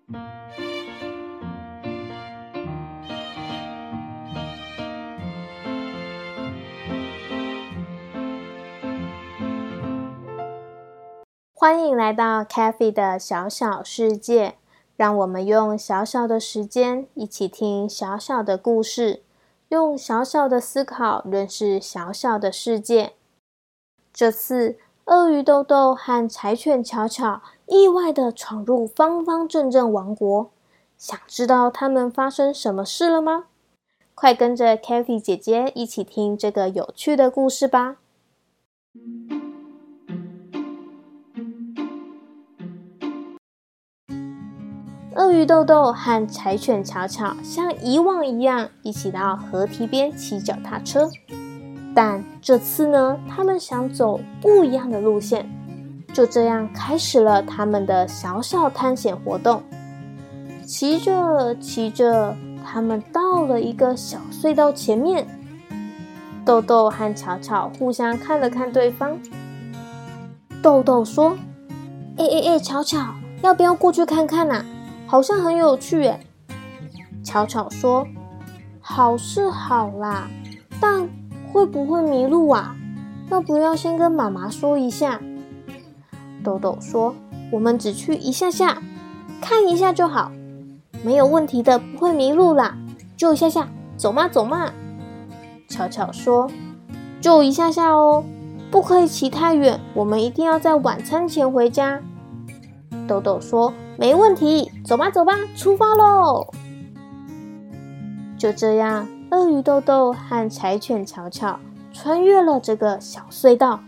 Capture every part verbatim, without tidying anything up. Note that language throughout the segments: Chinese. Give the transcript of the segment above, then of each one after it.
欢迎来到 Kathy 的小小世界，让我们用小小的时间一起听小小的故事，用小小的思考认识小小的世界。这次鳄鱼豆豆和柴犬巧巧意外地闯入方方正正王国，想知道他们发生什么事了吗？快跟着 Kathy 姐姐一起听这个有趣的故事吧。鳄鱼豆豆和柴犬巧巧像以往一样一起到河堤边骑脚踏车，但这次呢，他们想走不一样的路线，就这样开始了他们的小小探险活动。骑着骑着，他们到了一个小隧道前面，豆豆和巧巧互相看了看对方。豆豆说：哎哎哎，巧巧，要不要过去看看啊？好像很有趣耶。巧巧说：好是好啦，但会不会迷路啊？要不要先跟妈妈说一下？豆豆说：我们只去一下下，看一下就好，没有问题的，不会迷路啦，就一下下，走嘛走嘛。巧巧说：就一下下哦，不可以骑太远，我们一定要在晚餐前回家。豆豆说：没问题，走吧走吧，出发喽！就这样，鳄鱼豆豆和柴犬巧巧穿越了这个小隧道。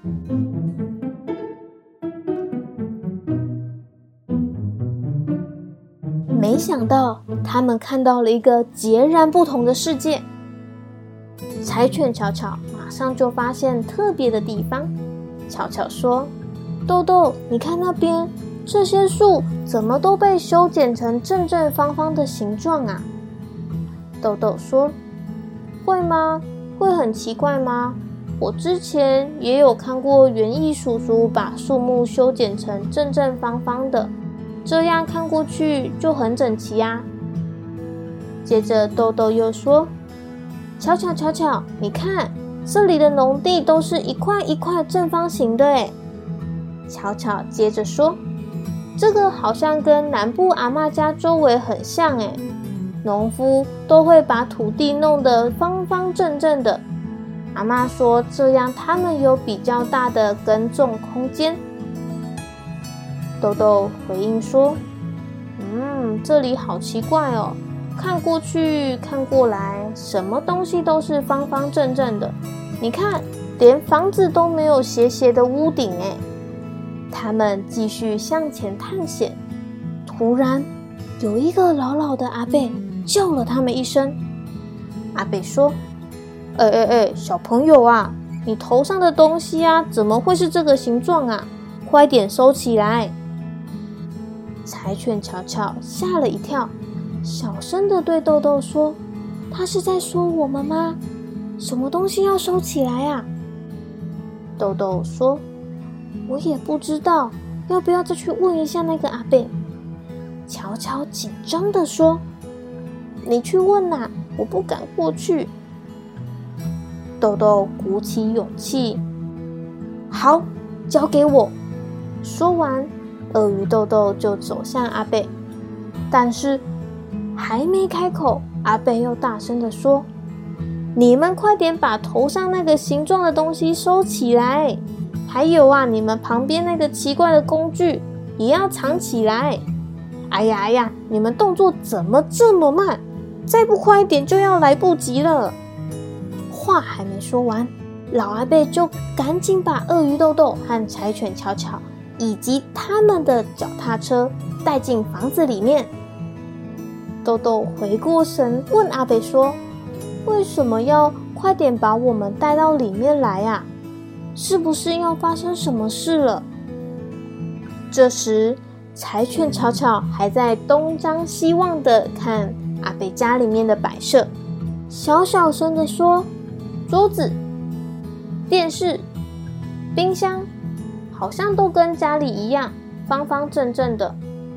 没想到，他们看到了一个截然不同的世界。柴犬巧巧马上就发现特别的地方。巧巧说：豆豆，你看那边，这些树怎么都被修剪成正正方方的形状啊？豆豆说：会吗？会很奇怪吗？我之前也有看过园艺叔叔把树木修剪成正正方方的，这样看过去就很整齐啊。接着豆豆又说：巧巧巧巧，你看，这里的农地都是一块一块正方形的耶。巧巧接着说：这个好像跟南部阿嬷家周围很像诶，农夫都会把土地弄得方方正正的。阿嬷说这样他们有比较大的耕种空间。豆豆回应说：嗯，这里好奇怪哦，看过去看过来，什么东西都是方方正正的。你看，连房子都没有斜斜的屋顶诶。他们继续向前探险，突然有一个老老的阿伯叫了他们一声。阿伯说：哎哎哎，小朋友啊，你头上的东西啊，怎么会是这个形状啊？快点收起来。柴犬巧巧吓了一跳，小声的对豆豆说：他是在说我们吗？什么东西要收起来啊？豆豆说：我也不知道，要不要再去问一下那个阿伯？巧巧紧张地说：你去问啊，我不敢过去。豆豆鼓起勇气：好，交给我。说完，鳄鱼豆豆就走向阿伯，但是还没开口，阿伯又大声地说：你们快点把头上那个形状的东西收起来，还有啊，你们旁边那个奇怪的工具也要藏起来。哎呀哎呀，你们动作怎么这么慢？再不快一点就要来不及了。话还没说完，老阿伯就赶紧把鳄鱼豆豆和柴犬巧巧以及他们的脚踏车带进房子里面。豆豆回过神问阿伯说：为什么要快点把我们带到里面来啊？是不是要发生什么事了？这时柴犬巧巧还在东张西望的看阿伯家里面的摆设，小小声的说：桌子、电视、冰箱好像都跟家里一样方方正正的，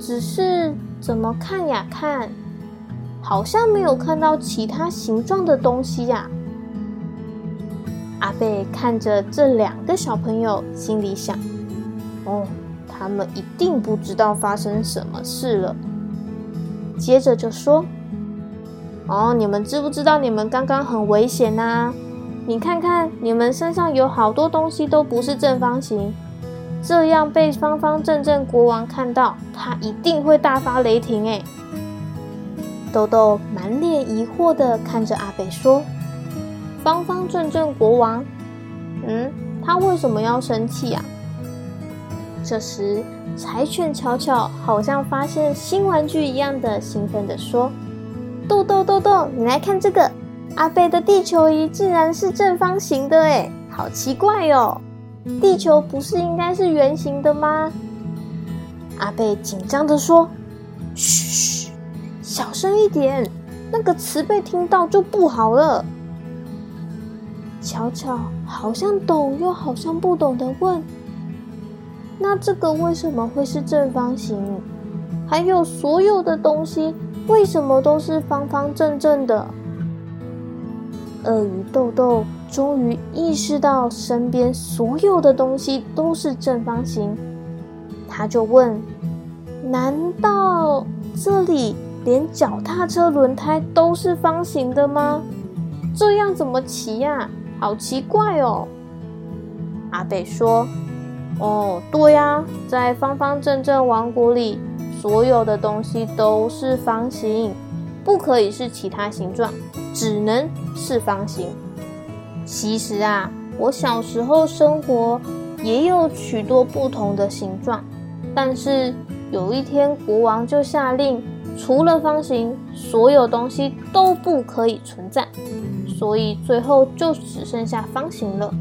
只是怎么看呀看，好像没有看到其他形状的东西呀。阿贝看着这两个小朋友，心里想：哦，他们一定不知道发生什么事了。接着就说：哦，你们知不知道你们刚刚很危险啊？你看看，你们身上有好多东西都不是正方形，这样被方方正正国王看到，他一定会大发雷霆哎！豆豆满脸疑惑地看着阿贝说：方方正正国王，嗯，他为什么要生气啊？这时，柴犬巧巧好像发现新玩具一样的兴奋地说：豆豆豆豆，你来看这个，阿贝的地球仪竟然是正方形的耶，好奇怪哦！地球不是应该是圆形的吗？阿贝紧张地说：嘘，小声一点，那个词被听到就不好了。巧巧好像懂又好像不懂地问：那这个为什么会是正方形？还有所有的东西为什么都是方方正正的？鳄鱼豆豆终于意识到身边所有的东西都是正方形，他就问：难道这里连脚踏车轮胎都是方形的吗？这样怎么骑呀？好奇怪哦！阿贝说：哦，对呀，在方方正正王国里，所有的东西都是方形，不可以是其他形状，只能是方形。其实啊，我小时候生活也有许多不同的形状，但是有一天国王就下令，除了方形，所有东西都不可以存在，所以最后就只剩下方形了。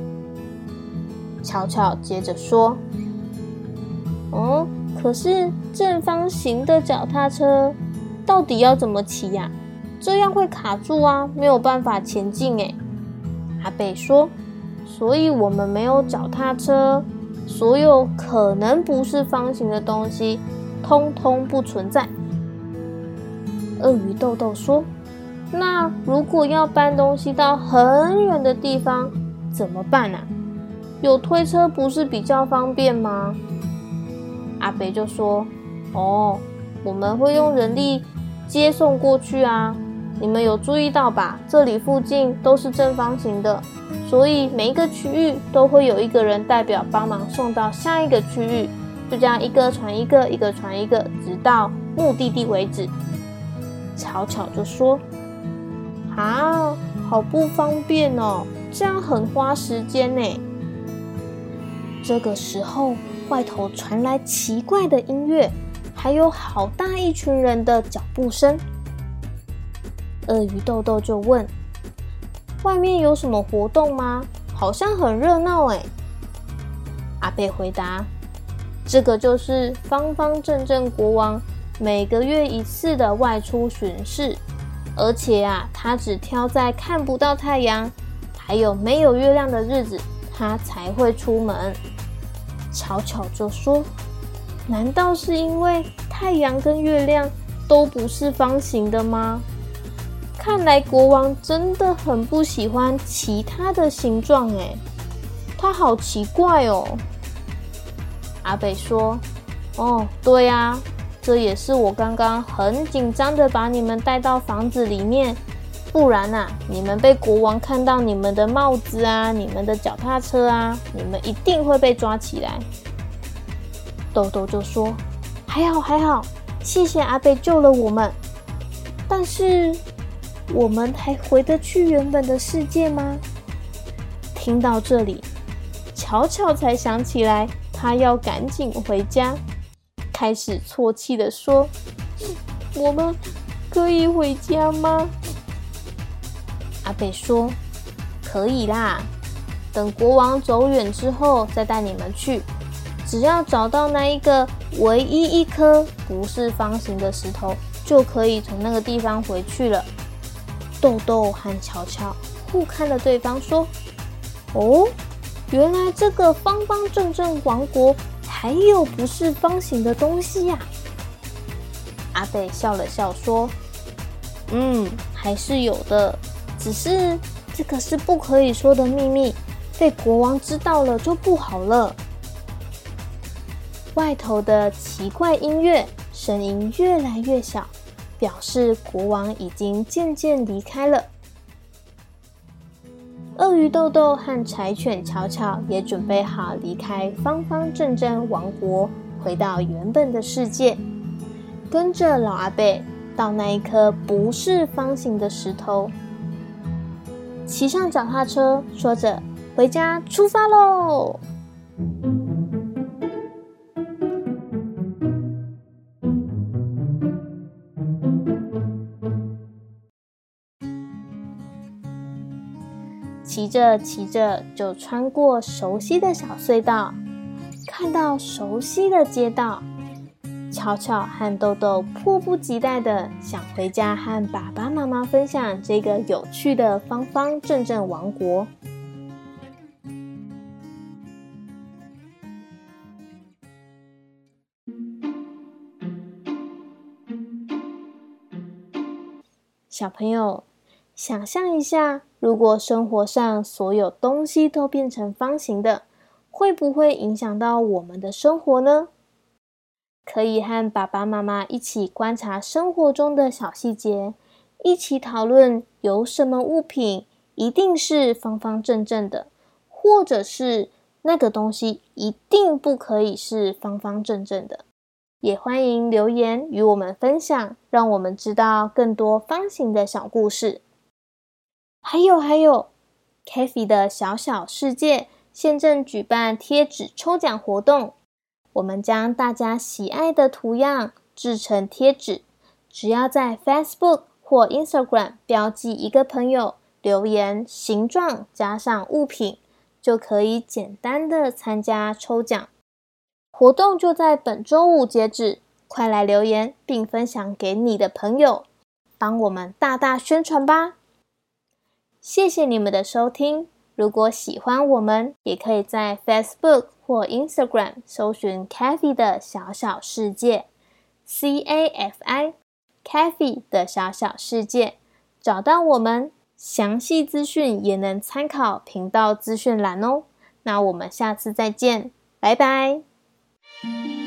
巧巧接着说：哦，可是正方形的脚踏车到底要怎么骑呀？这样会卡住啊，没有办法前进诶。阿贝说：所以我们没有脚踏车，所有可能不是方形的东西通通不存在。鳄鱼豆豆说：那如果要搬东西到很远的地方怎么办啊？有推车不是比较方便吗？阿贝就说：哦，我们会用人力接送过去啊。你们有注意到吧？这里附近都是正方形的，所以每一个区域都会有一个人代表帮忙送到下一个区域，就这样一个传一个，一个传一个，直到目的地为止。巧巧就说：啊，好不方便哦，这样很花时间呢。这个时候，外头传来奇怪的音乐，还有好大一群人的脚步声。鳄鱼豆豆就问：外面有什么活动吗？好像很热闹诶。阿贝回答：这个就是方方正正国王每个月一次的外出巡视，而且啊，他只挑在看不到太阳还有没有月亮的日子他才会出门。巧巧就说：难道是因为太阳跟月亮都不是方形的吗？看来国王真的很不喜欢其他的形状诶，他好奇怪哦。阿贝说：哦，对啊，这也是我刚刚很紧张的把你们带到房子里面，不然啊，你们被国王看到你们的帽子啊，你们的脚踏车啊，你们一定会被抓起来。豆豆就说：还好还好，谢谢阿贝救了我们，但是我们还回得去原本的世界吗？听到这里，巧巧才想起来他要赶紧回家，开始啜泣地说：我们可以回家吗？阿贝说：可以啦，等国王走远之后再带你们去，只要找到那一个唯一一颗不是方形的石头，就可以从那个地方回去了。豆豆和巧巧互看了对方说：哦，原来这个方方正正王国还有不是方形的东西呀、啊！ 阿贝笑了笑说：嗯，还是有的，只是这个是不可以说的秘密，被国王知道了就不好了。外头的奇怪音乐声音越来越小，表示国王已经渐渐离开了。鳄鱼豆豆和柴犬巧巧也准备好离开方方正正王国，回到原本的世界，跟着老阿伯到那一颗不是方形的石头，骑上脚踏车，说着回家出发喽。骑着骑着就穿过熟悉的小隧道，看到熟悉的街道，巧巧和豆豆迫不及待的想回家和爸爸妈妈分享这个有趣的方方正正王国。小朋友，想象一下，如果生活上所有东西都变成方形的，会不会影响到我们的生活呢？可以和爸爸妈妈一起观察生活中的小细节，一起讨论有什么物品一定是方方正正的，或者是那个东西一定不可以是方方正正的。也欢迎留言与我们分享，让我们知道更多方形的小故事。还有还有 Kathy 的小小世界现正举办贴纸抽奖活动，我们将大家喜爱的图样制成贴纸，只要在 Facebook 或 Instagram 标记一个朋友，留言形状加上物品，就可以简单的参加抽奖。活动就在本周五截止，快来留言并分享给你的朋友，帮我们大大宣传吧！谢谢你们的收听，如果喜欢我们，也可以在 Facebook 或 Instagram 搜寻 Kathy 的小小世界 C A F I Kathy 的小小世界，找到我们，详细资讯也能参考频道资讯栏哦。那我们下次再见，拜拜。